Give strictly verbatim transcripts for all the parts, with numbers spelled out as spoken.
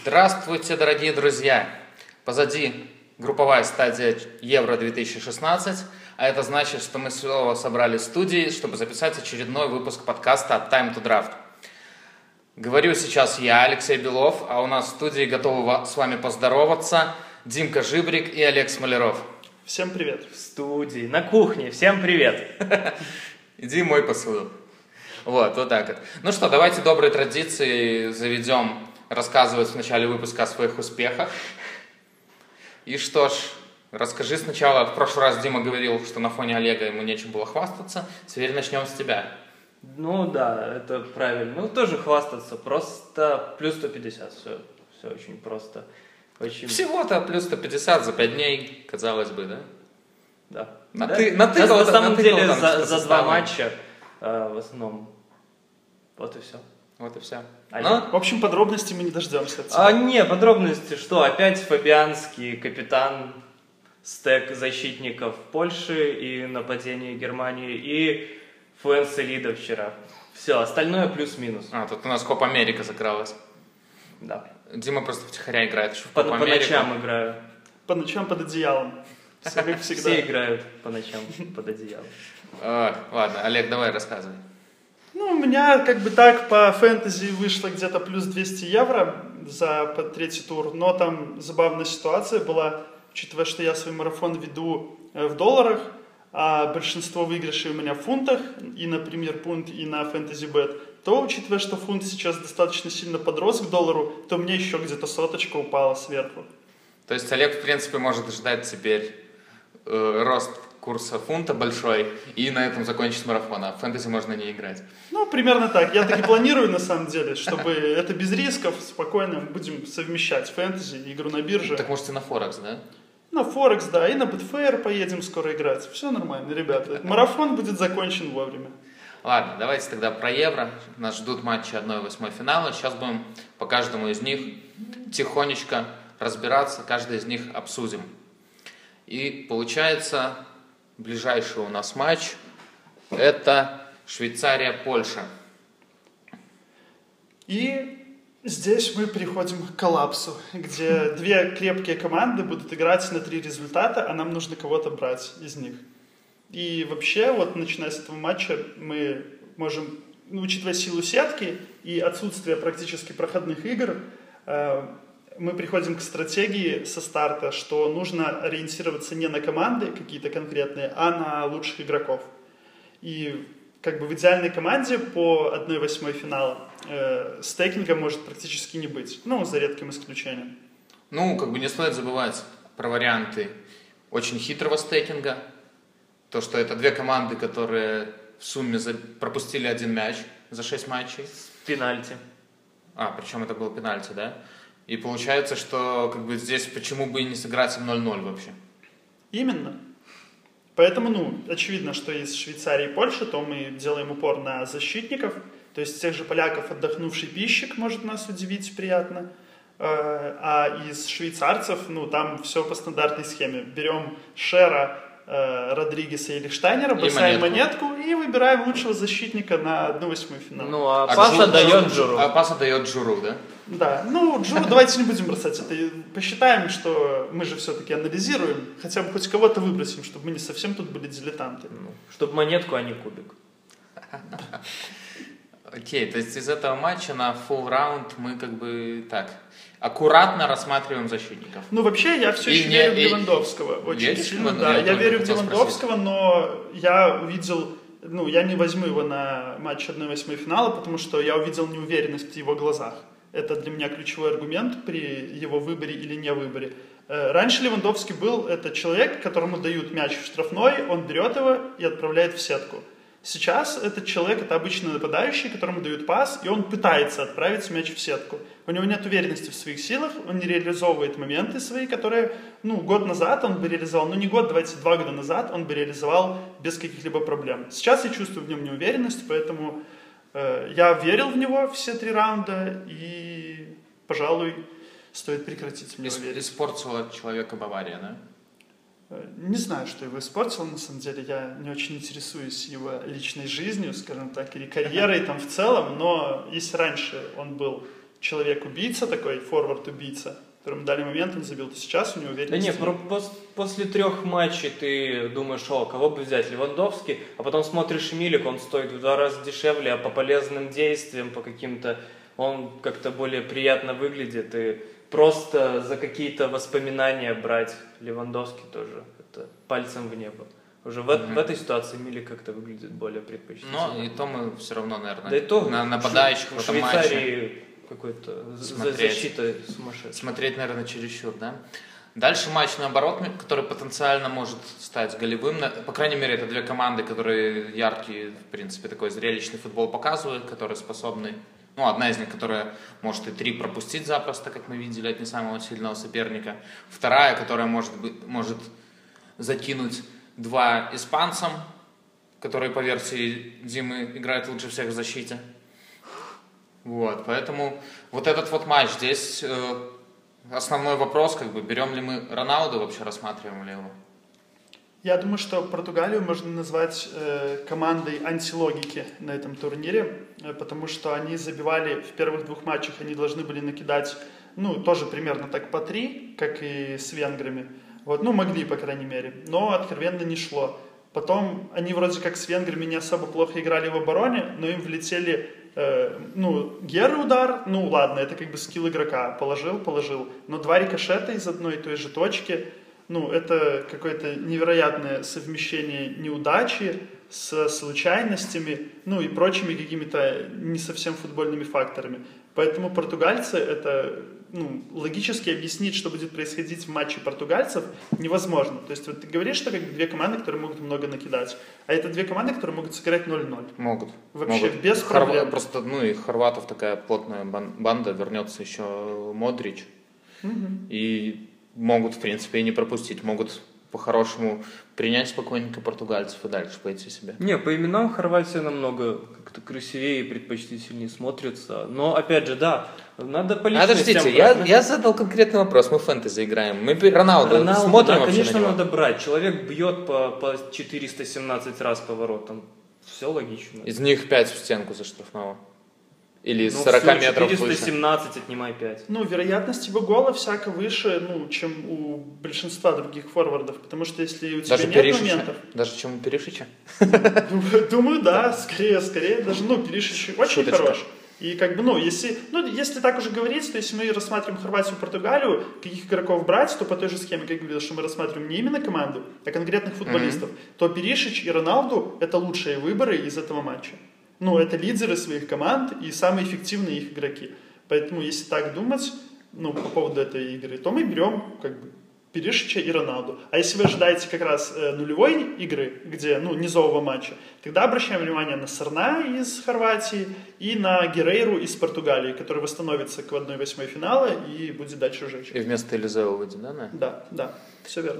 Здравствуйте, дорогие друзья! Позади групповая стадия Евро две тысячи шестнадцать, а это значит, что мы снова собрались в студии, чтобы записать очередной выпуск подкаста Time to Draft. Говорю сейчас я, Алексей Белов, а у нас в студии готовы с вами поздороваться Димка Жибрик и Олег Смоляров. Всем привет. В студии, на кухне, всем привет. Иди мой посуду. Вот, вот так вот. Ну что, давайте доброй традиции заведем рассказывать в начале выпуска о своих успехах. И что ж, расскажи сначала. В прошлый раз Дима говорил, что на фоне Олега ему нечем было хвастаться. Теперь начнем с тебя. Ну да, это правильно. Ну тоже хвастаться, просто плюс сто пятьдесят. Все, все очень просто. Очень... Всего-то плюс сто пятьдесят за пять дней, казалось бы, да? Да. На да? ты, на ты, на, на самом ты, деле там, за, за два матча э, в основном. Вот и все. Вот и все. Ну, в общем, подробностей мы не дождемся. А не, подробности что? Опять Фабианский, капитан, стек защитников Польши и нападение Германии, и Фуэнселида вчера. Все, остальное плюс-минус. А, тут у нас Копа Америка закралась. Да. Дима просто втихаря играет. Еще в по, Копа по Америку. ночам играю. По ночам под одеялом. Все как всегда. Все играют по ночам под одеялом. А, ладно, Олег, давай рассказывай. Ну, у меня как бы так по фэнтези вышло где-то плюс двести евро за третий тур, но там забавная ситуация была, учитывая, что я свой марафон веду в долларах, а большинство выигрышей у меня в фунтах, и на Премьер Пункт, и на Fantasy Bet, то, учитывая, что фунт сейчас достаточно сильно подрос к доллару, то мне еще где-то соточка упала сверху. То есть Олег, в принципе, может ждать теперь э, рост курса фунта большой и на этом закончить марафон, а в фэнтези можно не играть. Ну, примерно так. Я так и планирую, на самом деле, чтобы это без рисков, спокойно будем совмещать фэнтези и игру на бирже. Так может и на Форекс, да? На Форекс, да, и на Betfair поедем скоро играть. Все нормально, ребята. Марафон будет закончен вовремя. Ладно, давайте тогда про Евро. Нас ждут матчи одна восьмой финала. Сейчас будем по каждому из них тихонечко разбираться, каждый из них обсудим. И получается, ближайший у нас матч – это Швейцария-Польша. И здесь мы переходим к коллапсу, где две крепкие команды будут играть на три результата, а нам нужно кого-то брать из них. И вообще, вот начиная с этого матча, мы можем, ну, учитывая силу сетки и отсутствие практически проходных игр, э, мы приходим к стратегии со старта, что нужно ориентироваться не на команды какие-то конкретные, а на лучших игроков. И как бы в идеальной команде по одной восьмой финала э, стейкинга может практически не быть, ну, за редким исключением. Ну, как бы не стоит забывать про варианты очень хитрого стейкинга. То, что это две команды, которые в сумме за... пропустили один мяч за шесть матчей. Пенальти. А, причем это был пенальти, да? И получается, что как бы здесь почему бы и не сыграть ноль-ноль вообще? Именно. Поэтому, ну, очевидно, что из Швейцарии и Польши, то мы делаем упор на защитников. То есть тех же поляков отдохнувший пищик может нас удивить приятно. А из швейцарцев, ну, там все по стандартной схеме. Берем Шера, Родригеса или Штайнера, бросаем монетку. монетку и выбираем лучшего защитника на одну восьмую финала. Ну, а, а паса Джуру, дает Джуру. А паса дает Джуру, да? Да, ну, Джуру давайте не будем бросать. Это посчитаем, что мы же все-таки анализируем. Хотя бы хоть кого-то выбросим, чтобы мы не совсем тут были дилетанты. Ну, чтобы монетку, а не кубик. Окей, то есть из этого матча на full раунд мы как бы так аккуратно рассматриваем защитников. Ну, вообще, я все и еще не, верю в и, Левандовского. Очень веришь, сильно, ну, да. я Я верю в хотел Левандовского, спросить. Но я увидел... Ну, я не возьму его на матч одной восьмой финала, потому что я увидел неуверенность в его глазах. Это для меня ключевой аргумент при его выборе или не выборе. Раньше Левандовский был это человек, которому дают мяч в штрафной, он берет его и отправляет в сетку. Сейчас этот человек, это обычно нападающий, которому дают пас, и он пытается отправить мяч в сетку. У него нет уверенности в своих силах, он не реализовывает моменты свои, которые, ну, год назад он бы реализовал, ну, не год, давайте два года назад он бы реализовал без каких-либо проблем. Сейчас я чувствую в нем неуверенность, поэтому э, я верил в него все три раунда, и, пожалуй, стоит прекратить мне верить. Испортила человека Бавария, да? Не знаю, что его испортило, на самом деле, я не очень интересуюсь его личной жизнью, скажем так, или карьерой там в целом, но если раньше он был человек-убийца такой, форвард-убийца, которому дали момент, он забил, то сейчас у него уверенность. Да нет, пос- после трех матчей ты думаешь, о, кого бы взять, Левандовский, а потом смотришь Милик, он стоит в два раза дешевле, а по полезным действиям, по каким-то, он как-то более приятно выглядит, и просто за какие-то воспоминания брать Левандовский тоже, это пальцем в небо. Уже в, mm-hmm. в этой ситуации Милик как-то выглядит более предпочтительно. Но и то мы все равно, наверное, да и то на нападающих в этом матче. Швейцарии какой-то смотреть, защита сумасшедшая. Смотреть, наверное, чересчур, да? Дальше матч наоборот, который потенциально может стать голевым. По крайней мере, это две команды, которые яркие, в принципе, такой зрелищный футбол показывают, которые способны... Ну, одна из них, которая может и три пропустить запросто, как мы видели, от не самого сильного соперника. Вторая, которая может, быть, может закинуть два испанцам, которые, по версии Димы, играют лучше всех в защите. Вот, поэтому вот этот вот матч здесь э, основной вопрос, как бы, берем ли мы Роналду, вообще рассматриваем ли его? Я думаю, что Португалию можно назвать э, командой антилогики на этом турнире, э, потому что они забивали в первых двух матчах, они должны были накидать, ну, тоже примерно так по три, как и с венграми. Вот, ну, могли, по крайней мере, но откровенно не шло. Потом они вроде как с венграми не особо плохо играли в обороне, но им влетели, э, ну, Геры удар, ну, ладно, это как бы скилл игрока, положил, положил, но два рикошета из одной и той же точки, ну, это какое-то невероятное совмещение неудачи с случайностями, ну, и прочими какими-то не совсем футбольными факторами. Поэтому португальцы, это, ну, логически объяснить, что будет происходить в матче португальцев, невозможно. То есть вот ты говоришь, что как бы две команды, которые могут много накидать, а это две команды, которые могут сыграть ноль-ноль. Могут. Вообще могут. без Хорва... проблем. Просто, ну, и хорватов такая плотная банда, вернется еще Модрич. Угу. И могут, в принципе, и не пропустить. Могут по-хорошему принять спокойненько португальцев и дальше пойти себе. Не, по именам Хорватия намного как-то красивее и предпочтительнее смотрится. Но, опять же, да, надо по личностям. Подождите, я, я задал конкретный вопрос. Мы в фэнтези играем. Мы Роналду, Роналду смотрим да, вообще конечно, на него? надо брать. Человек бьет по, по четыреста семнадцать раз по воротам. Все логично. Из них пять в стенку за штрафного. Или ну, с сорока метров четыреста семнадцать выше. отнимай пять. Ну, вероятность его гола всяко выше, ну, чем у большинства других форвардов, потому что если у тебя даже нет Перишича? моментов... Даже чем у Перишича? Думаю, да, скорее, скорее. Даже, ну, Перишич очень Шуточка. хорош. И как бы, ну, если, ну, если так уже говорить, то если мы рассматриваем Хорватию и Португалию, каких игроков брать, то по той же схеме, как я говорил, что мы рассматриваем не именно команду, а конкретных футболистов, mm-hmm. то Перишич и Роналду – это лучшие выборы из этого матча. Ну, это лидеры своих команд и самые эффективные их игроки. Поэтому, если так думать, ну, по поводу этой игры, то мы берем, как бы, Перишича и Роналду. А если вы ожидаете как раз э, нулевой игры, где, ну, низового матча, тогда обращаем внимание на Сорна из Хорватии и на Герейру из Португалии, который восстановится к одной восьмой финала и будет дальше жечь. И вместо Элизео выйдет, да? На? Да, да, все верно.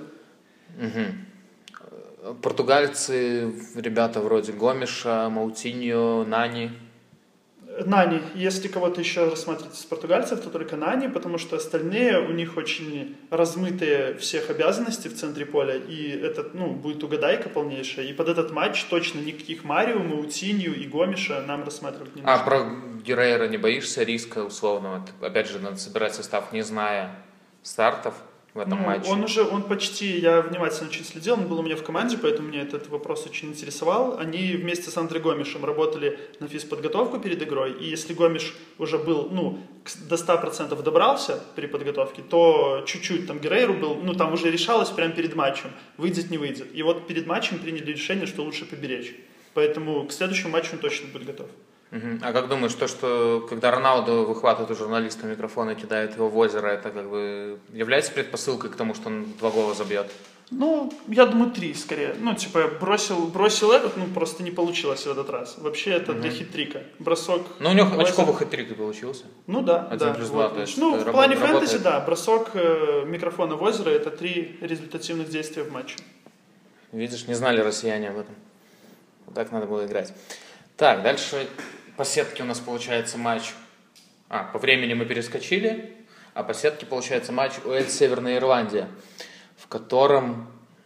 Угу. Португальцы, ребята вроде Гомеша, Маутиньо, Нани. Нани, если кого-то еще рассматривать из португальцев, то только Нани, потому что остальные, у них очень размытые всех обязанности в центре поля, и это, ну, будет угадайка полнейшая, и под этот матч точно никаких Марио, Маутинью и Гомеша нам рассматривать не нужно. А про Герейра не боишься риска условного? Опять же, надо собирать состав, не зная стартов в этом ну, матче. Он уже, он почти, я внимательно очень следил, он был у меня в команде, поэтому меня этот вопрос очень интересовал. Они вместе с Андре Гомешем работали на физподготовку перед игрой, и если Гомеш уже был, ну, до ста процентов добрался при подготовке, то чуть-чуть там Герейру был, ну, там уже решалось прямо перед матчем, выйдет, не выйдет. И вот перед матчем приняли решение, что лучше поберечь. Поэтому к следующему матчу он точно будет готов. Uh-huh. А как думаешь, то, что когда Роналду выхватывает у журналиста микрофон и кидает его в озеро, это как бы является предпосылкой к тому, что он два гола забьет? Ну, я думаю, три скорее. Ну, типа, бросил, бросил этот, ну, просто не получилось в этот раз. Вообще, это uh-huh. для хитрика. Бросок... Ну, у него очковый хитрик и получился. Ну, да. Один да, плюс вот. два, то есть ну, в раб- плане работает. фэнтези, да, бросок э, микрофона в озеро – это три результативных действия в матче. Видишь, не знали россияне об этом. Вот так надо было играть. Так, дальше... По сетке у нас получается матч, а, по времени мы перескочили, а по сетке получается матч Уэльс-Северная Ирландия, в котором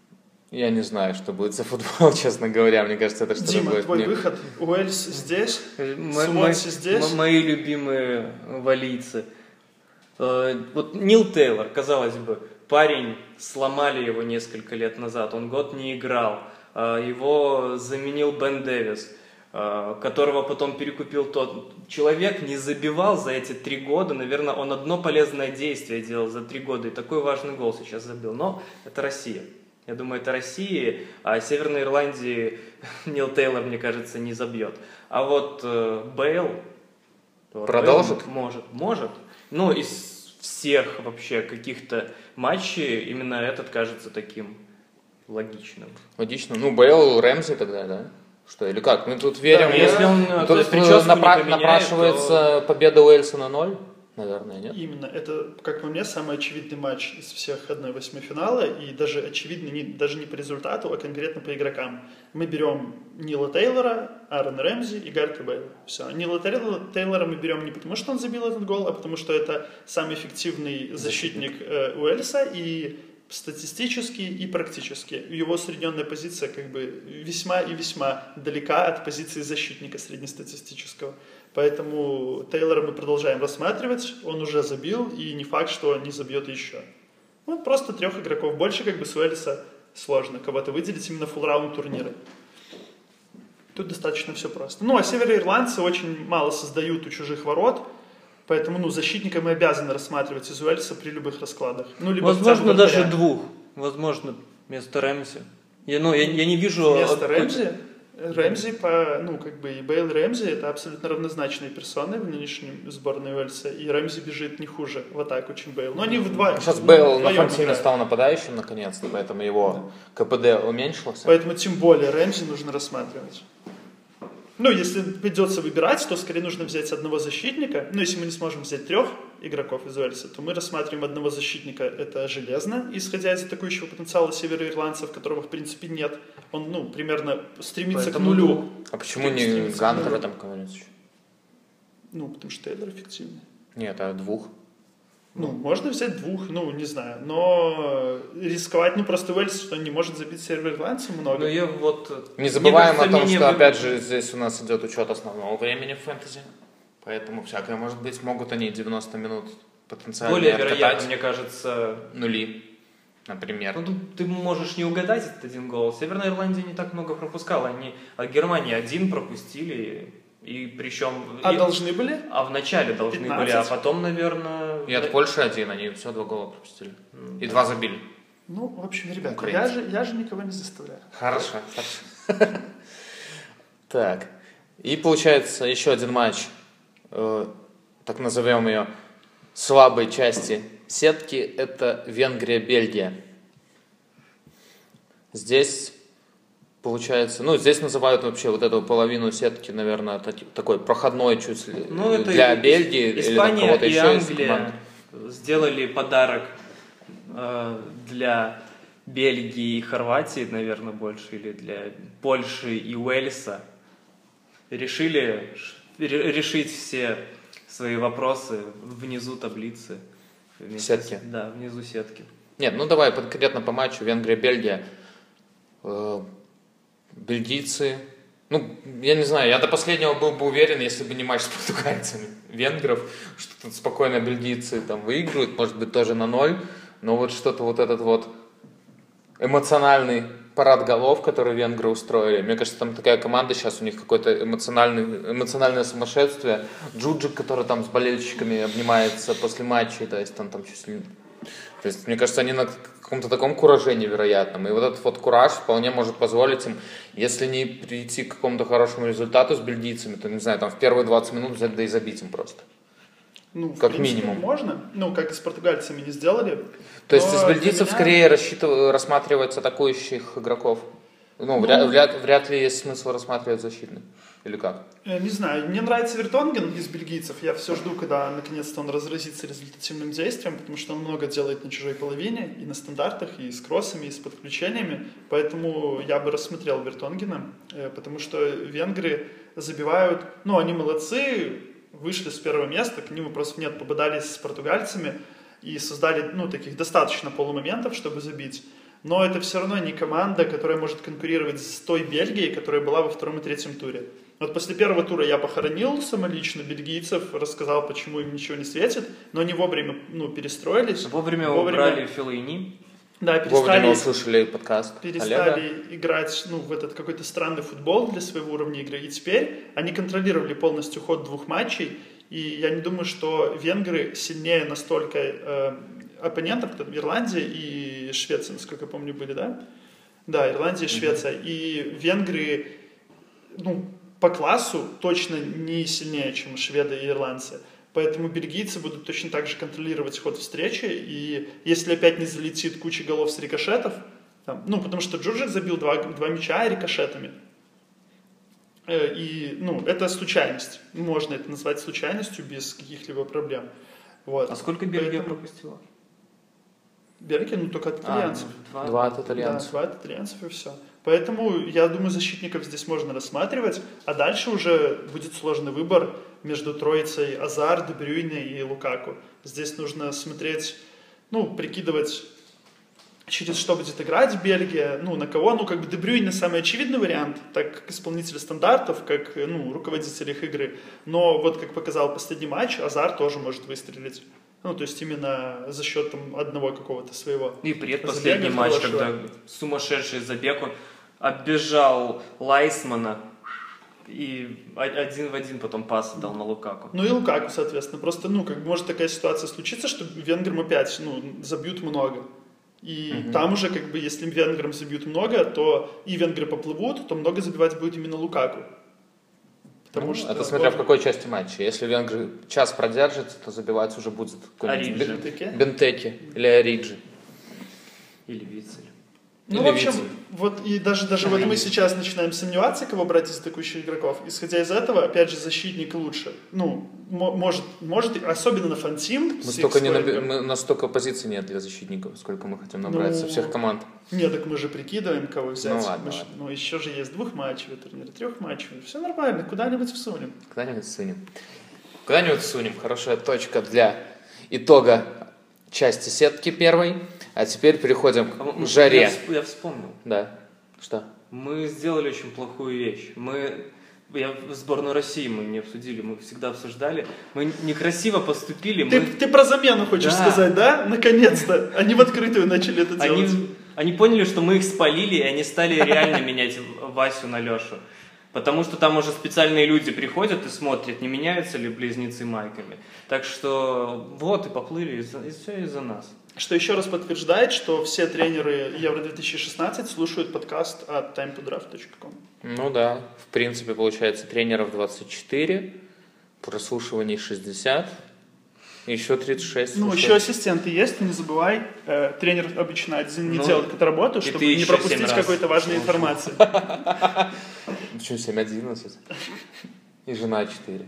Я не знаю, что будет за футбол, честно говоря. Мне кажется, это что-то Дима, будет... твой не- выход. Уэльс здесь, М- Сумонси м- здесь. м- Мои любимые валийцы. Э, Вот Нил Тейлор, казалось бы, парень, сломали его несколько лет назад, он год не играл. Э, Его заменил Бен Дэвис, э, которого потом перекупил тот. Человек не забивал за эти три года, наверное, он одно полезное действие делал за три года, и такой важный гол сейчас забил. Но это Россия. Я думаю, это Россия, а Северной Ирландии Нил Тейлор, мне кажется, не забьет. А вот э, Бейл... вот Продолжит? Бейл может, может. Ну, из всех вообще каких-то матчей именно этот кажется таким логичным. Логично. Ну, Бейл, Рэмзи тогда, да? Что, или как? Мы тут верим... Да, и- если он э, Тут прическу не напра- поменяет, напрашивается победа Уэльса на ноль, наверное, нет? Именно. Это, как по мне, самый очевидный матч из всех одна восьмой финала. И даже очевидный не, даже не по результату, а конкретно по игрокам. Мы берем Нила Тейлора, Аарона Рэмзи и Гарета Бейла. Все. Нила Тейлора, Тейлора мы берем не потому, что он забил этот гол, а потому, что это самый эффективный защитник э, Уэльса. И статистически и практически. Его усредненная позиция как бы весьма и весьма далека от позиции защитника среднестатистического. Поэтому Тейлора мы продолжаем рассматривать. Он уже забил, и не факт, что не забьет еще. Ну, просто трех игроков больше, как бы с Уэльса сложно кого-то выделить именно фулл-раунд турнира. Тут достаточно все просто. Ну, а североирландцы очень мало создают у чужих ворот, поэтому, ну, защитника мы обязаны рассматривать из Уэльса при любых раскладах. Ну, либо Возможно, хотя бы даже вратаря. двух. Возможно, вместо Рэмзи. Я, ну, я, я не вижу... Вместо какой-то- Рэмзи, Рэмзи по, ну, как бы и Бейл Рэмзи это абсолютно равнозначные персоны в нынешнем сборной Уэльса, и Рэмзи бежит не хуже в атаку, чем Бейл. Но они вдвоем. Сейчас Бейл на вдвоем фронтине играют. стал нападающим наконец-то, поэтому его КПД уменьшился. Поэтому тем более Рэмзи нужно рассматривать. Ну, если придется выбирать, то скорее нужно взять одного защитника. Ну, если мы не сможем взять трех игроков из Уэльса, то мы рассматриваем одного защитника, это железно, исходя из атакующего потенциала североирландцев, которого в принципе нет. Он, ну, примерно стремится Поэтому к нулю. А почему не Стремится к Гантера нулю. там кого-нибудь еще? Ну, потому что Тейлор эффективный. Нет, а двух. Ну, можно взять двух, ну, не знаю, но рисковать, ну, просто Уэльс, что не может забить североирландцам много. Ну, я вот... Не забываем мне о том, кажется, что, менее опять выгодно. же, здесь у нас идет учет основного времени в фэнтези. Поэтому всякое может быть. Могут они девяносто минут потенциально Более откатать вероятно, мне кажется... нули, например. Ну, тут ты можешь не угадать этот один гол. Северная Ирландия не так много пропускала. Они от Германии один пропустили. И причем... А и- должны были? А в начале должны пятнадцать? были, а потом, наверное... И от Польши один, они все два гола пропустили. И два забили. Ну, в общем, ребята, Украинцы. я же, я же никого не заставляю. Хорошо. хорошо. Так. И получается еще один матч, э, так назовем ее, слабой части сетки, это Венгрия-Бельгия. Здесь получается, ну, здесь называют вообще вот эту половину сетки, наверное, таки- такой проходной чуть ли Ну, это для и- Бельгии или там Испания кого-то и еще из команд. Англия сделали подарок э, для Бельгии и Хорватии, наверное, больше, или для Польши и Уэльса. Решили ш- ре- решить все свои вопросы внизу таблицы. Вместе с- Сетки. Да, внизу сетки. Нет, ну давай конкретно по матчу Венгрия-Бельгия. Э, Бельгийцы, ну, я не знаю, я до последнего был бы уверен, если бы не матч с португальцами, венгров, что тут спокойно бельгийцы там выигрывают, может быть, тоже на ноль, но вот что-то вот этот вот эмоциональный парад голов, который венгры устроили, мне кажется, там такая команда сейчас, у них какое-то эмоциональный, эмоциональное сумасшествие, Джуджик, который там с болельщиками обнимается после матчей, то есть там, там чуть ли... То есть, мне кажется, они на каком-то таком кураже невероятном. И вот этот вот кураж вполне может позволить им, если не прийти к какому-то хорошему результату с бельгийцами, то, не знаю, там в первые двадцать минут взять да и забить им просто. Ну, в Как принципе, минимум. можно. Ну, как и с португальцами не сделали. То есть Но из бельгийцев для меня- скорее рассчитыв... рассматривается атакующих игроков? Ну, вряд, вряд, вряд ли есть смысл рассматривать защитных. Или как? Э, Не знаю, мне нравится Вертонген из бельгийцев. Я все жду, когда наконец-то он разразится результативным действием, потому что он много делает на чужой половине, и на стандартах, и с кроссами, и с подключениями. Поэтому я бы рассмотрел Вертонгена, э, потому что венгры забивают... Ну, они молодцы, вышли с первого места, к ним просто нет, пободались с португальцами и создали, ну, таких достаточно полумоментов, чтобы забить. но это все равно не команда, которая может конкурировать с той Бельгией, которая была во втором и третьем туре. Вот после первого тура я похоронил самолично бельгийцев, рассказал, почему им ничего не светит, но они вовремя ну, перестроились. Вовремя, вовремя убрали Феллини. Да, перестали, вовремя услышали подкаст перестали Олега. играть ну, в этот какой-то странный футбол для своего уровня игры. И теперь они контролировали полностью ход двух матчей. И я не думаю, что венгры сильнее настолько э, оппонентов, там, Ирландия и Швеция, насколько я помню, были, да? Да, Ирландия и Швеция. Mm-hmm. И венгры, ну, по классу точно не сильнее, чем шведы и ирландцы. Поэтому бельгийцы будут точно так же контролировать ход встречи. И если опять не залетит куча голов с рикошетов, там, ну, потому что Джурджик забил два, два мяча рикошетами. И, ну, это случайность. Можно это назвать случайностью без каких-либо проблем. Вот. А сколько Бельгия Поэтому... пропустила? Бельгия, ну, только от итальянцев. А, два. два от итальянцев. Да, два от итальянцев и все. Поэтому, я думаю, защитников здесь можно рассматривать, а дальше уже будет сложный выбор между троицей Азар, Де Брюйне и Лукаку. Здесь нужно смотреть, ну, прикидывать, через что будет играть Бельгия, ну, на кого. Ну, как бы Де Брюйне самый очевидный вариант, так как исполнитель стандартов, как, ну, руководитель их игры. Но вот, как показал последний матч, Азар тоже может выстрелить. Ну, то есть именно за счет там, одного какого-то своего И предпоследний матч, хорошего. Когда сумасшедший забег, он оббежал Лайсмана и один в один потом пас дал на Лукаку. Ну и Лукаку, соответственно. Просто, ну, как может такая ситуация случиться, что венграм опять, ну, забьют много. И угу. там уже, как бы, если венграм забьют много, то и венгры поплывут, то много забивать будет именно Лукаку. Потому ну, что это смотря тоже... в какой части матча. Если венгры час продержатся, то забивать уже будет какой-нибудь Бен... Бентеки или Ориджи. Или Вицель. Ну, или в общем, Вицель. вот и даже, даже вот мы сейчас начинаем сомневаться, кого брать из атакующих игроков. Исходя из этого, опять же, защитник лучше. Ну, м- может, может, особенно на фантим. Мы столько не наби... мы, у нас столько позиций нет для защитников, сколько мы хотим набрать ну... со всех команд. Нет, так мы же прикидываем, кого взять. Ну, ладно, мы ладно. Ж, ну, еще же есть двухматчевый турнир, трехматчевый. Все нормально, куда-нибудь всунем. Куда-нибудь всунем. Куда-нибудь всунем. Хорошая точка для итога части сетки первой. А теперь переходим к жаре. Я, я вспомнил. Да. Что? Мы сделали очень плохую вещь. Мы, я в сборную России мы не обсудили, мы всегда обсуждали. Мы некрасиво поступили. Ты, мы... ты про замену хочешь да. сказать, да? Наконец-то. Они в открытую начали это делать. Они, они поняли, что мы их спалили, и они стали реально менять Васю на Лешу. Потому что там уже специальные люди приходят и смотрят, не меняются ли близнецы майками. Так что вот и поплыли, и, и все из-за нас. Что еще раз подтверждает, что все тренеры Евро две тысячи шестнадцать слушают подкаст от тайм ту драфт точка ком. Ну да, в принципе, получается, тренеров двадцать четыре, прослушиваний шестьдесят, еще тридцать шесть. Ну, слушают. еще ассистенты есть, не забывай. Э, тренер обычно один не ну, делает эту работу, чтобы не пропустить какой-то важной информации. Почему семь одиннадцать? И жена четыре.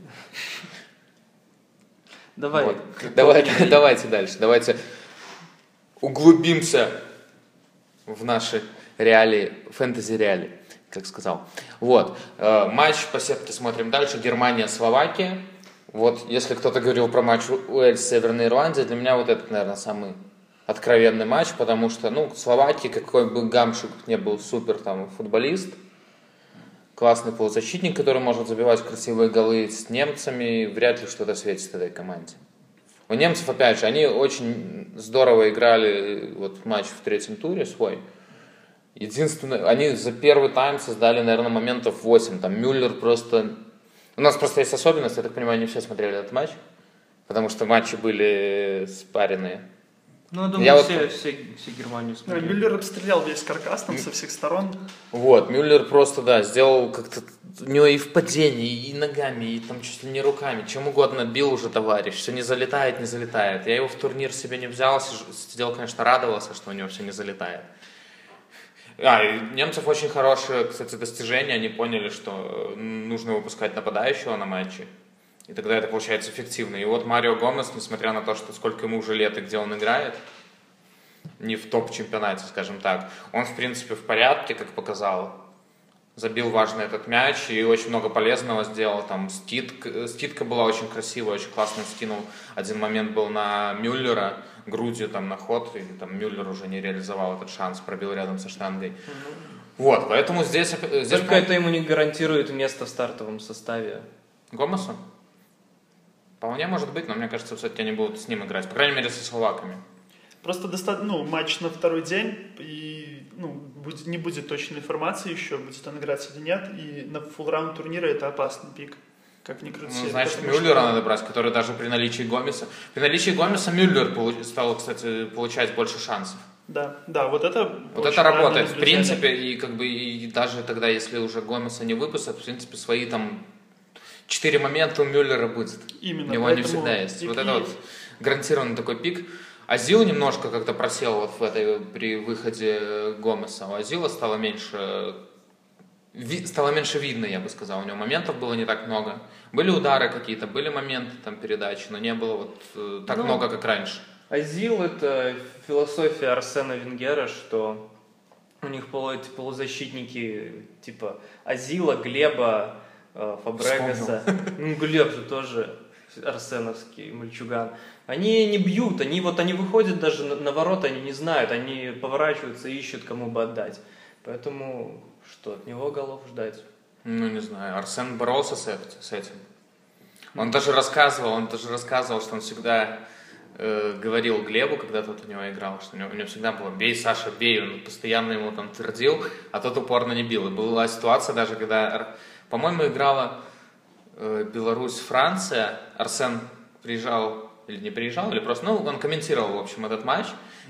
Давай. Вот. Давай, давайте дальше. Давайте углубимся в наши реалии, фэнтези-реалии, как сказал. Вот. Э, матч по сетке смотрим дальше. Германия-Словакия. Вот, если кто-то говорил про матч Уэльс-Северная Ирландия, для меня вот этот, наверное, самый откровенный матч, потому что, ну, Словакия, какой бы Гамшик не был супер там футболист, классный полузащитник, который может забивать красивые голы с немцами, вряд ли что-то светит этой команде. У немцев, опять же, они очень здорово играли вот матч в третьем туре свой. Единственное, они за первый тайм создали, наверное, моментов восемь. Там Мюллер просто... У нас просто есть особенность, я так понимаю, не все смотрели этот матч, потому что матчи были спаренные. Ну, я думаю, я все, вот... все, все Германию смотрели. Мюллер обстрелял весь каркас там со всех сторон. Вот, Мюллер просто, да, сделал как-то... У него и в падении, и ногами, и там чуть ли не руками, чем угодно бил уже товарищ. Все не залетает, не залетает. Я его в турнир себе не взял, сидел, конечно, радовался, что у него все не залетает. А, и немцев очень хорошее, кстати, достижение. Они поняли, что нужно выпускать нападающего на матче. И тогда это получается эффективно. И вот Марио Гомес, несмотря на то, что сколько ему уже лет и где он играет, не в топ-чемпионате, скажем так, он, в принципе, в порядке, как показал. Забил важный этот мяч и очень много полезного сделал. Там ститка, ститка была очень красивая, очень классно скинул. Один момент был на Мюллера, грудью там на ход, и там Мюллер уже не реализовал этот шанс, пробил рядом со штангой. Mm-hmm. Вот, поэтому здесь... здесь Только по... это ему не гарантирует место в стартовом составе. Гомесу? Вполне может быть, но мне кажется, все-таки они будут с ним играть, по крайней мере, со словаками. Просто достаточно, ну, матч на второй день, и ну, будет, не будет точной информации еще, будет он играть или нет, и на фулл-раунд турнира это опасный пик, как ни крути. Ну, значит, Мюллера что... надо брать, который даже при наличии Гомеса... При наличии Гомеса Мюллер стал, кстати, получать больше шансов. Да, да, вот это... Вот это работает, в принципе, и как бы и даже тогда, если уже Гомеса не выпустят, в принципе, свои там четыре момента у Мюллера будет. Именно. У него они всегда есть. Вот это вот гарантированный такой пик. Азил немножко как-то просел вот в этой, при выходе Гомеса. У Азила стало меньше, ви, стало меньше видно, я бы сказал. У него моментов было не так много. Были удары какие-то, были моменты там передачи, но не было вот э, так ну, много, как раньше. Азил — это философия Арсена Венгера, что у них эти полузащитники типа Азила, Глеба, э, Фабрегаса. Ну, Глеб же тоже арсеновский мальчуган. Они не бьют, они вот они выходят даже на, на ворота, они не знают, они поворачиваются и ищут, кому бы отдать. Поэтому что, от него голов ждать? Ну, не знаю, Арсен боролся с, это, с этим. Он даже рассказывал, он даже рассказывал, что он всегда э, говорил Глебу, когда тот у него играл, что у него, у него всегда было «бей, Саша, бей», он постоянно ему там твердил, а тот упорно не бил. И была ситуация даже, когда, по-моему, играла э, Беларусь-Франция, Арсен приезжал или не приезжал, или просто, ну, он комментировал, в общем, этот матч,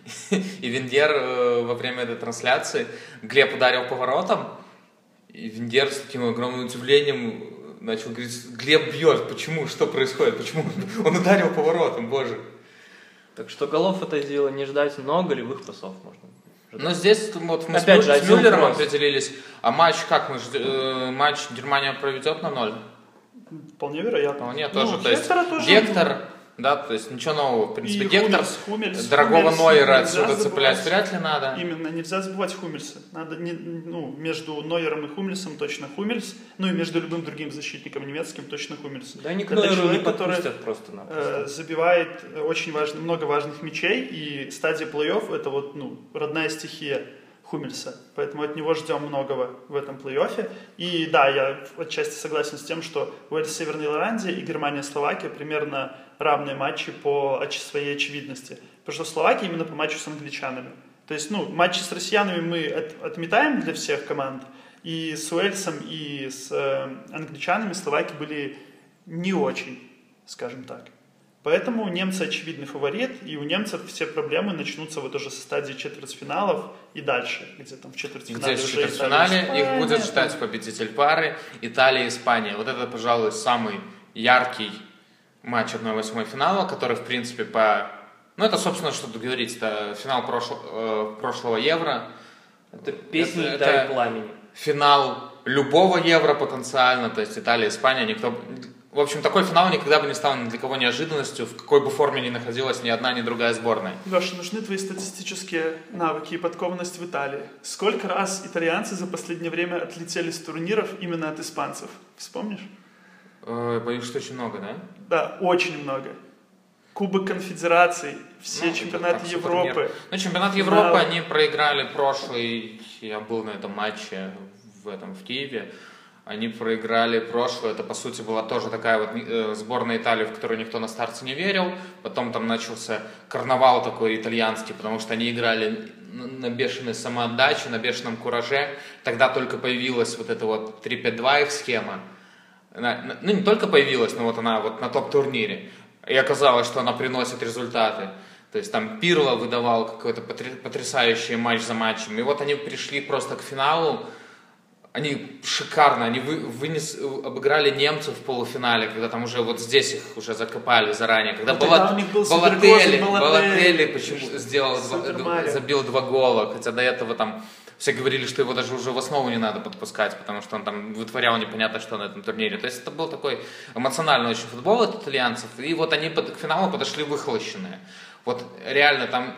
и Венгер э, во время этой трансляции, Глеб ударил по воротам, и Венгер с таким огромным удивлением начал говорить: Глеб бьет, почему, что происходит, почему он ударил по воротам, боже. Так что голов это дело не ждать, но голевых пасов можно. Но здесь вот мы Опять с, же, с Мюллером вопрос. определились, а матч как мы, э, матч Германия проведет на ноль? Вполне вероятно. Вполне тоже, ну, то есть Гектор... Да, то есть ничего нового, в принципе. И Гектор, Хумельс, Хумельс, дорогого Хумельс Нойера отсюда цеплять вряд ли надо. Именно, нельзя забывать Хумельса. Надо, не, ну, между Нойером и Хумельсом точно Хумельс, ну и между любым другим защитником немецким точно Хумельс. Да никто это человек, не который просто-напросто. Э, забивает очень важно, много важных мячей, и стадия плей-офф это вот, ну, родная стихия Хумельса, поэтому от него ждем многого в этом плей-оффе. И да, я отчасти согласен с тем, что Уэльс, Северная Ирландия и Германия, Словакия примерно равные матчи по своей очевидности. Потому что Словакия именно по матчу с англичанами. То есть, ну, матчи с россиянами мы от, отметаем для всех команд, и с Уэльсом, и с э, англичанами Словакии были не очень, скажем так. Поэтому немцы очевидный фаворит, и у немцев все проблемы начнутся вот уже со стадии четвертьфиналов и дальше, где там в четвертьфинале. Где в четвертьфинале их будет ждать победитель пары Италия и Испания. Вот это, пожалуй, самый яркий матч одна восьмой финала, который, в принципе, по... Ну, это, собственно, что тут говорить, это финал прошло... э, прошлого Евро. Это песня «Дай пламени». Финал любого Евро потенциально, то есть Италия, Испания, никто... В общем, такой финал никогда бы не стал ни для кого неожиданностью, в какой бы форме ни находилась ни одна, ни другая сборная. Леша, нужны твои статистические навыки и подкованность в Италии. Сколько раз итальянцы за последнее время отлетели с турниров именно от испанцев? Вспомнишь? Э, боюсь, что очень много, да? Да, очень много. Кубок конфедераций, все ну, чемпионаты Европы. Ну, чемпионат Европы они проиграли прошлый, я был на этом матче в этом в Киеве. Они проиграли прошлое, это по сути была тоже такая вот э, сборная Италии, в которую никто на старте не верил. Потом там начался карнавал такой итальянский, потому что они играли на бешеной самоотдаче, на бешеном кураже. Тогда только появилась вот эта вот три пять два их схема. Она, ну, не только появилась, но вот она вот на топ-турнире. И оказалось, что она приносит результаты. То есть там Пирло выдавал какой-то потрясающий матч за матчем. И вот они пришли просто к финалу. Они шикарно, они вы, вынес, обыграли немцев в полуфинале, когда там уже вот здесь их уже закопали заранее. Когда Балотелли, Балотелли почему сделал, два, забил два гола, хотя до этого там все говорили, что его даже уже в основу не надо подпускать, потому что он там вытворял непонятно что на этом турнире. То есть это был такой эмоциональный очень футбол от итальянцев, и вот они к финалу подошли выхолощенные. Вот реально там...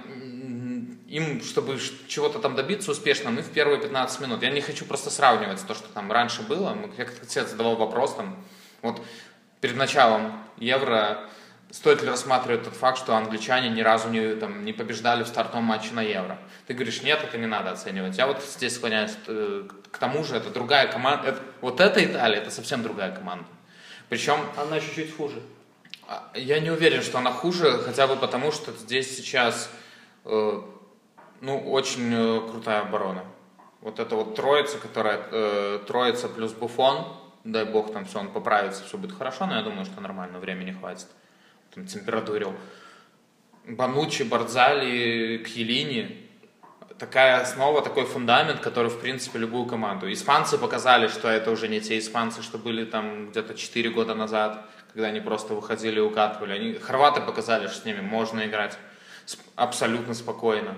Им, чтобы чего-то там добиться успешно, мы в первые пятнадцать минут. Я не хочу просто сравнивать то, что там раньше было. Я как-то задавал вопрос там, вот перед началом Евро стоит ли рассматривать тот факт, что англичане ни разу не, там, не побеждали в стартовом матче на Евро? Ты говоришь, нет, это не надо оценивать. Я вот здесь склоняюсь к тому же, это другая команда. Это, вот эта Италия, это совсем другая команда. Причем... Она чуть-чуть хуже. Я не уверен, что она хуже, хотя бы потому, что здесь сейчас э, ну, очень э, крутая оборона. Вот эта вот троица, которая э, троица плюс Буффон, дай бог там все, он поправится, все будет хорошо, но я думаю, что нормально, времени хватит. Там температурил. Бануччи, Барзали, Кьелини. Такая основа, такой фундамент, который, в принципе, любую команду. Испанцы показали, что это уже не те испанцы, что были там где-то четыре года назад, когда они просто выходили и укатывали. Они, хорваты показали, что с ними можно играть абсолютно спокойно.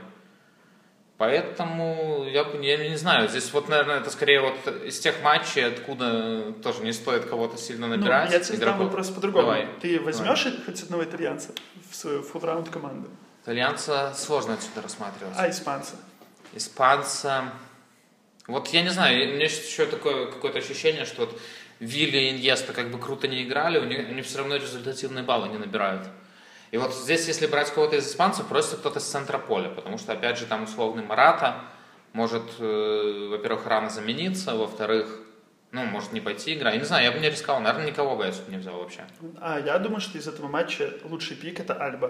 Поэтому я, я не знаю, здесь вот, наверное, это скорее вот из тех матчей, откуда тоже не стоит кого-то сильно набирать. Ну, я тебе задам вопрос по-другому. Давай. Ты возьмешь Давай. хоть одного итальянца в свою фулл-раунд команду? Итальянца сложно отсюда рассматривать. А испанца? Испанца... Вот я не знаю, у меня сейчас еще такое какое-то ощущение, что вот Вилли и Иньеста как бы круто не играли, у них, они все равно результативные баллы не набирают. И вот здесь, если брать кого-то из испанцев, просто кто-то с центра поля, потому что, опять же, там условный Марата может, э, во-первых, рано замениться, во-вторых, ну, может не пойти играть. Я не знаю, я бы не рисковал, наверное, никого бы я отсюда не взял вообще. А я думаю, что из этого матча лучший пик — это Альба,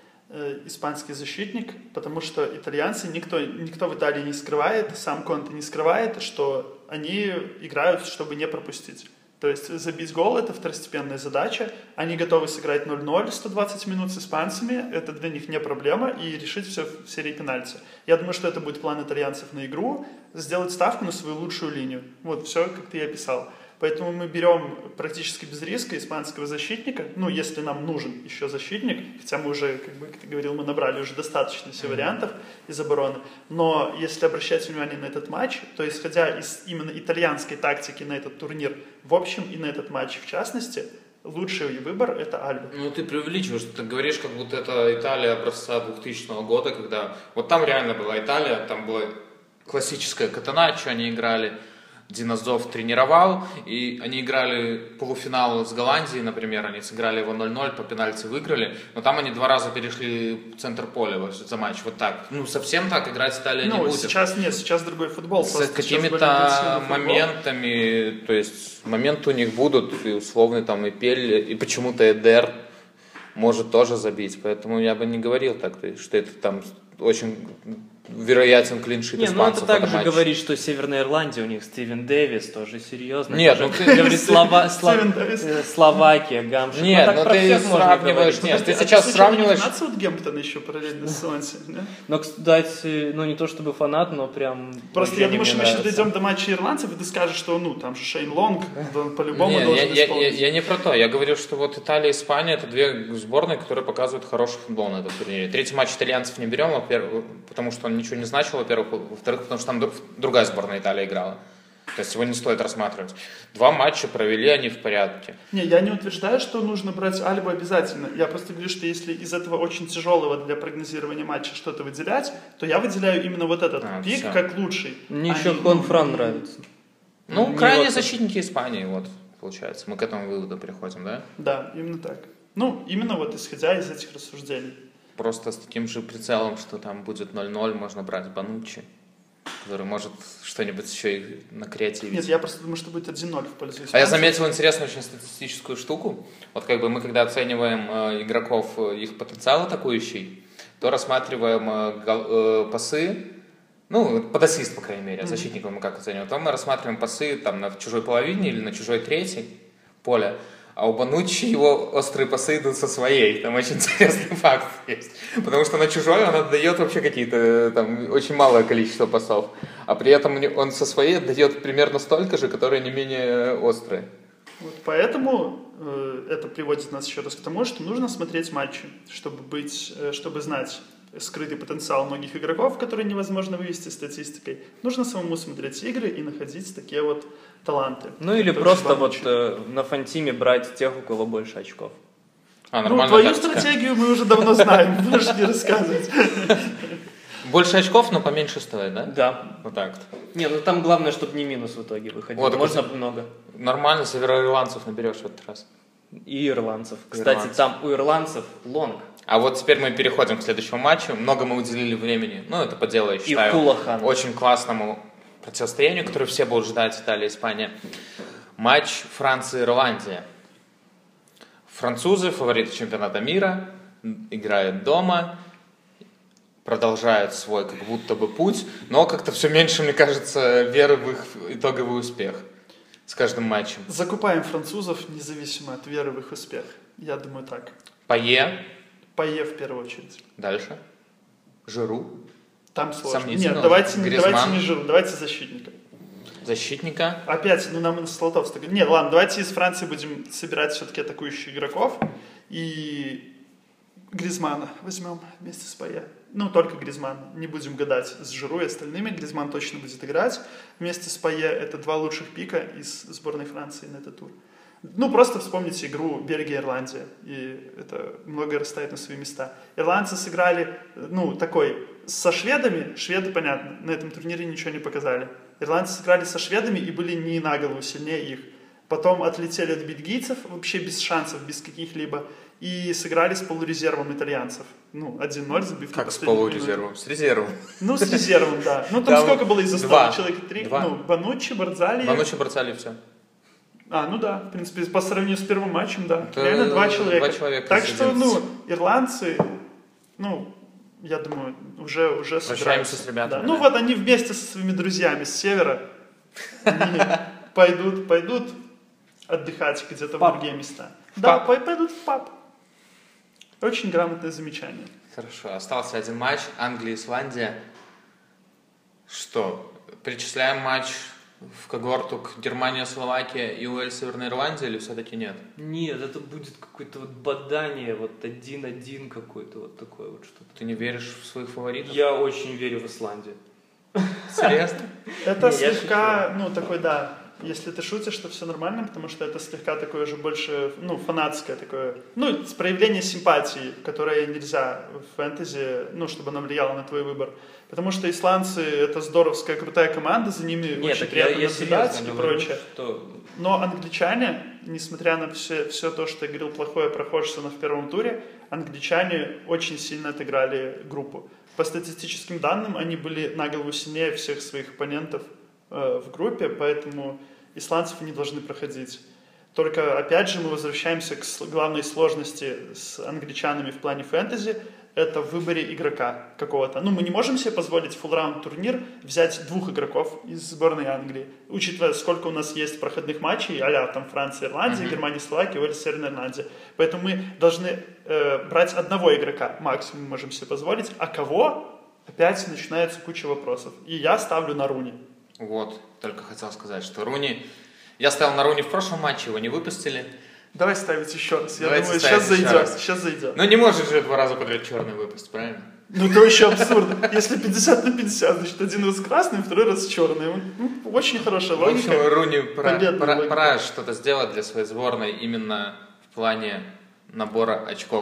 э, испанский защитник, потому что итальянцы, никто, никто в Италии не скрывает, сам Конте не скрывает, что они играют, чтобы не пропустить. То есть забить гол — это второстепенная задача. Они готовы сыграть ноль ноль сто двадцать минут с испанцами. Это для них не проблема. И решить все в серии пенальти. Я думаю, что это будет план итальянцев на игру. Сделать ставку на свою лучшую линию. Вот все, как ты и описал. Поэтому мы берем практически без риска испанского защитника. Ну, если нам нужен еще защитник. Хотя мы уже, как бы ты говорил, мы набрали уже достаточно все вариантов из обороны. Но если обращать внимание на этот матч, то исходя из именно итальянской тактики на этот турнир, в общем и на этот матч в частности, лучший выбор — это Альба. Ну, ты преувеличиваешь, ты говоришь, как будто это Италия образца двухтысячного года, когда... Вот там реально была Италия, там была классическая Катаначо, они играли... Динозов тренировал, и они играли полуфинал с Голландией, например, они сыграли его ноль ноль, по пенальти выиграли, но там они два раза перешли в центр поля за матч, вот так. Ну, совсем так играть Италия ну, не будет. сейчас нет, сейчас другой футбол. С какими-то моментами, то есть моменты у них будут, и условный там и Пель, и почему-то Эдер может тоже забить, поэтому я бы не говорил так, что это там очень... вероятен клиншит испанцев. Не, ну это также говорит, что Северная Ирландия, у них Стивен Дэвис, тоже серьезно. Нет, ну ты... Говорит Словакия, Гамшик. Нет, ну ты сравниваешь... Нет, ты сейчас сравниваешь... Фанат Саутгемптон еще параллельно с Суонси, да? Ну, кстати, ну не то чтобы фанат, но прям... Просто я думаю, что мы сейчас дойдем до матча ирландцев, и ты скажешь, что, ну, там же Шейн Лонг, он по-любому должен исполнить. Я не про то, я говорю, что вот Италия и Испания — это две сборные, которые показывают хороший футбол на этом турнире. Третий матч итальянцев не берем, во-первых, потому что он ничего не значил, во-первых, во-вторых, потому что там другая сборная Италии играла. То есть его не стоит рассматривать. Два матча провели они в порядке. Не, я не утверждаю, что нужно брать Альбу обязательно. Я просто говорю, что если из этого очень тяжелого для прогнозирования матча что-то выделять, то я выделяю именно вот этот а, пик все. Как лучший. Мне а еще Конфран нравится. Ну, не крайние вот защитники Испании, вот, получается. Мы к этому выводу приходим, да? Да, именно так. Ну, именно вот исходя из этих рассуждений. Просто с таким же прицелом, что там будет ноль ноль, можно брать Бануччи, который может что-нибудь еще и на креативить. Нет, я просто думаю, что будет один ноль в пользу испанцев. А я заметил интересную очень статистическую штуку. Вот как бы мы, когда оцениваем э, игроков, э, их потенциал атакующий, то рассматриваем э, гол, э, пасы, ну, под ассист, по крайней мере, mm-hmm. защитников мы как оцениваем, то мы рассматриваем пасы там на чужой половине или на чужой третьей поля. А у Бануччи его острые пасы идут со своей. Там очень интересный факт есть. Потому что на чужой он отдает вообще какие-то, там, очень малое количество пасов. А при этом он со своей отдает примерно столько же, которые не менее острые. Вот поэтому э, это приводит нас еще раз к тому, что нужно смотреть матчи, чтобы быть, э, чтобы знать скрытый потенциал многих игроков, которые невозможно вывести статистикой. Нужно самому смотреть игры и находить такие вот таланты. Ну или просто вот э, на фантиме брать тех, у кого больше очков. А, ну, твою тактика. Стратегию мы уже давно знаем, можешь не рассказывать. Больше очков, но поменьше стоит, да? Да. Вот так. Не, ну там главное, чтобы не минус в итоге выходил. Вот, можно много. Нормально, североирландцев наберешь в этот раз. И ирландцев. Кстати, Ирландцев. там у ирландцев лонг. А вот теперь мы переходим к следующему матчу. Много мы уделили времени. Ну, это по делу, я считаю, Хулахан. очень классному противостоянию, которое все будут ждать, Италия, Испания. Матч Франция-Ирландия. Французы, фавориты чемпионата мира, играют дома, продолжают свой как будто бы путь, но как-то все меньше, мне кажется, веры в их итоговый успех с каждым матчем. Закупаем французов независимо от веры в их успех. Я думаю так. Пае. Пае в первую очередь. Дальше. Жиру. Там сложно. Сомнительно. Нет, давайте, Гризманн. давайте не Жиру, давайте защитника. Защитника. Опять, ну нам из Золотовства. Нет, ладно, давайте из Франции будем собирать все-таки атакующих игроков. И Гризманна возьмем вместе с Пае. Ну, только Гризманн. Не будем гадать с Жиру и остальными. Гризманн точно будет играть. Вместе с Пае это два лучших пика из сборной Франции на этот тур. Ну, просто вспомните игру Бельгия-Ирландия. И это многое расставит на свои места. Ирландцы сыграли, ну, такой, со шведами. Шведы, понятно, на этом турнире ничего не показали. Ирландцы сыграли со шведами и были не на голову сильнее их. Потом отлетели от бельгийцев вообще без шансов, без каких-либо. И сыграли с полурезервом итальянцев. Ну, один ноль забив. Как с полурезервом? С резервом. Ну, с резервом, да. Ну, там Там сколько было из-за два. стола? Человек три. Два. Ну, Бануччи, Барзали. Бануччи, Барцали, все. А, ну да, в принципе, по сравнению с первым матчем, да. Это реально два человека. два человека так из что, одиннадцати. ну, ирландцы, ну, я думаю, уже, уже Прощаемся собираются. с ребятами, Да. Ну да. вот они вместе со своими друзьями с севера они пойдут, пойдут отдыхать где-то в Паб. другие места. В Да, паб. пой- пойдут в паб. Очень грамотное замечание. Хорошо, остался один матч. Англия-Исландия. Что? Причисляем матч в когорту к Германия, Словакия и Уэльс, Северная Ирландия или все-таки нет? Нет, это будет какое-то вот бадание, вот один-один какой-то, вот такое вот что-то. Ты не веришь в своих фаворитов? Я очень верю в Исландию. Серьезно? Это Не, я слегка, ну, такой, да, если ты шутишь, то все нормально, потому что это слегка такое же больше, ну, фанатское такое, ну, с проявление симпатии, которое нельзя в фэнтези, ну, чтобы оно влияло на твой выбор. Потому что исландцы — это здоровская, крутая команда, за ними Нет, очень так я, приятно я наблюдать серьезно и говорю, прочее. что Но англичане, несмотря на все, все то, что я говорил плохое про Ходжсона в первом туре, англичане очень сильно отыграли группу. По статистическим данным, они были на голову сильнее всех своих оппонентов э, в группе, поэтому исландцев не должны проходить. Только, опять же, мы возвращаемся к с- главной сложности с англичанами в плане фэнтези. Это в выборе игрока какого-то. Ну, мы не можем себе позволить в фулл-раунд турнир взять двух игроков из сборной Англии, учитывая, сколько у нас есть проходных матчей, а-ля там Франция, Ирландия, Мгм. Германия, Словакия, Уэльс, Северная Ирландия. Поэтому мы должны э, брать одного игрока, максимум можем себе позволить, а кого? Опять начинается куча вопросов. И я ставлю на Руни. Вот, только хотел сказать, что Руни... Я ставил на Руни в прошлом матче, его не выпустили. Давай ставить еще раз. Я Давайте думаю, ставить сейчас еще зайдет. раз. Сейчас зайдет. Ну не можешь же два раза подряд черный выпустить, правильно? Ну, это вообще абсурдно. Если пятьдесят на пятьдесят, значит, один раз красный, второй раз черный. Ну, очень хорошая В общем, логика. Руни пора, Победная пора- логика. пора что-то сделать для своей сборной именно в плане набора очков.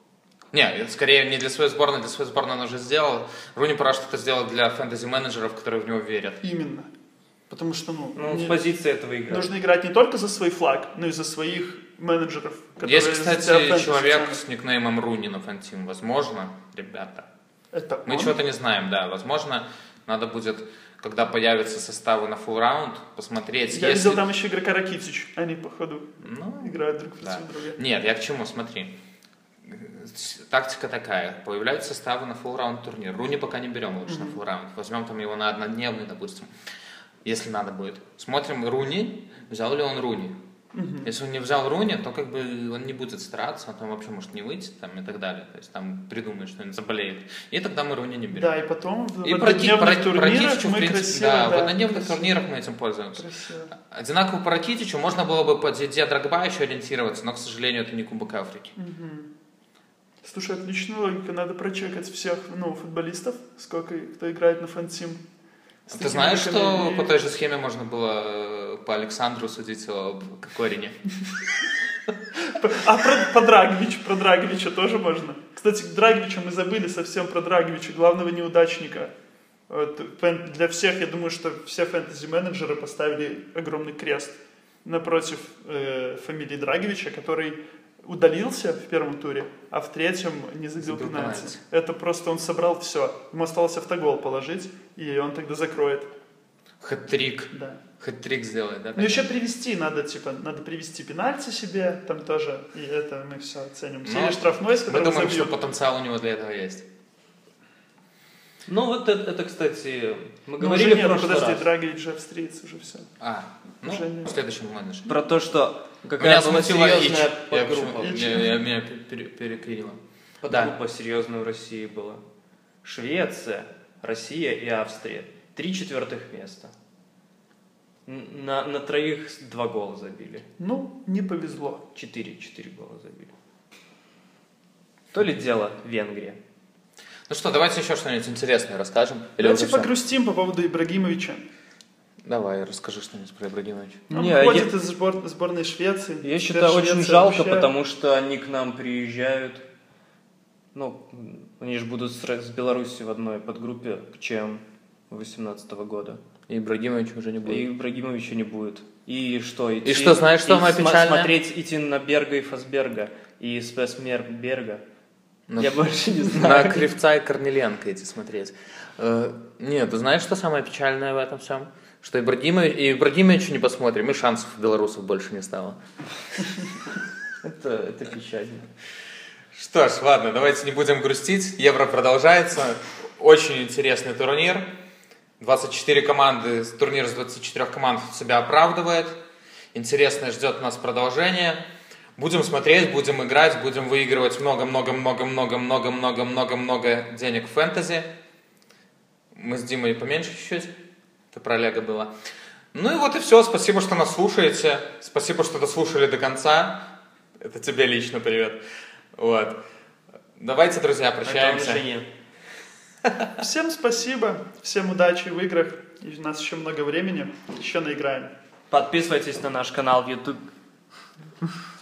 Не, скорее не для своей сборной, для своей сборной он уже сделал. Руни пора что-то сделать для фэнтези-менеджеров, которые в него верят. Именно. Потому что, ну, ну, не- с позиции этого играть. нужно играть не только за свой флаг, но и за своих менеджеров, которые Есть, за тебя кстати, фэнтези человек ценят. с никнеймом Руни на фантим. Возможно, ребята. Это Мы он? чего-то не знаем, да. Возможно, надо будет, когда появятся составы на фулл раунд, посмотреть. Я если- видел там еще игрока Ракитич. Они, походу, Ну, играют друг против да. друга. Нет, я к чему, смотри. Тактика такая. Появляются составы на фулл раунд турнир. Руни пока не берем лучше на фулл раунд. Возьмем там его на однодневный, допустим. Если надо будет. Смотрим Руни, взял ли он Руни. Если он не взял Руни, то как бы он не будет стараться, он там вообще может не выйти там, и так далее. То есть там придумает, что он заболеет. И тогда мы Руни не берем. Да, и потом в И про, Ки- однодневных про- про турнирах Китичу, в мы принципе, красиво, да, да, в однодневных красиво. турнирах мы этим пользуемся. Красиво. Одинаково по Ракитичу можно было бы по Диде Дрогба еще ориентироваться, но, к сожалению, это не Кубок Африки. Слушай, отличная логика. Надо прочекать всех, ну, футболистов, сколько кто играет на фантим. С Ты такими знаешь, что игроками. И- по той же схеме можно было э, по Александру судить об Кокорине? А про, про Драгович, про Драговича тоже можно. Кстати, Драговича мы забыли совсем про Драговича, главного неудачника. Вот, фэн- для всех, я думаю, что все фэнтези-менеджеры поставили огромный крест напротив э, фамилии Драговича, который удалился в первом туре, а в третьем не забил Забил пенальти. пенальти. Это просто он собрал все. Ему осталось автогол положить, и он тогда закроет. Хэт-трик. Да. Хэт-трик сделает, да? Ну еще привести надо, типа, надо привести пенальти себе, там тоже, и это мы все оценим. Ну, Или штрафной, с Мы которым думаем, забьют. что потенциал у него для этого есть. Ну вот это, это, кстати, мы Ну, говорили уже в нет, прошлый подожди, раз Драгович же австриец, уже все. А, ну, Уже нет. в следующем матче. про то, что Меня какая была смутила Ич. серьезная Я подгруппа. почему- Ич. я- я- Меня пере- переклинило. Подгруппа серьезная в России была. Швеция, Россия и Австрия. Три четвертых места. Н- На, на троих два гола забили. Ну, не повезло. Четыре, четыре гола забили. То ли дело Венгрия. Ну что, давайте еще что-нибудь интересное расскажем. Или Давайте уже всё? погрустим по поводу Ибрагимовича. Давай, расскажи что-нибудь про Ибрагимовича. Он Не, уходит я- из сбор- сборной Швеции. Я Теперь считаю, очень Швеция жалко, вообще- потому что они к нам приезжают. Ну, они же будут с, с Беларусью в одной подгруппе к ЧМ восемнадцатого года. И Ибрагимович уже не И будет. Ибрагимовича не будет. И что, идти, И что, знаешь, что и самое сма- печальное? Смотреть, идти на Берга и Фасберга, и Спесмерберга. Ну, Я больше не На знаю. Кривца и Корнеленко идти смотреть. Э, Нет, ты знаешь, что самое печальное в этом всем? Что Ибрагимович, и Ибрагимовича не посмотрим, и шансов у белорусов больше не стало. Это, это печально. Что ж, ладно, давайте не будем грустить. Евро продолжается. Очень интересный турнир. двадцать четыре команды, турнир с двадцати четырёх команд себя оправдывает. Интересное ждет нас продолжение. Будем смотреть, будем играть, будем выигрывать много-много-много-много-много-много-много денег в фэнтези. Мы с Димой поменьше чуть-чуть. Это про Олега было. Ну и вот и все. Спасибо, что нас слушаете. Спасибо, что дослушали до конца. Это тебе лично привет. Вот. Давайте, друзья, прощаемся. Это он жене. Всем спасибо, всем удачи в играх. И у нас еще много времени, еще наиграем. Подписывайтесь на наш канал в YouTube.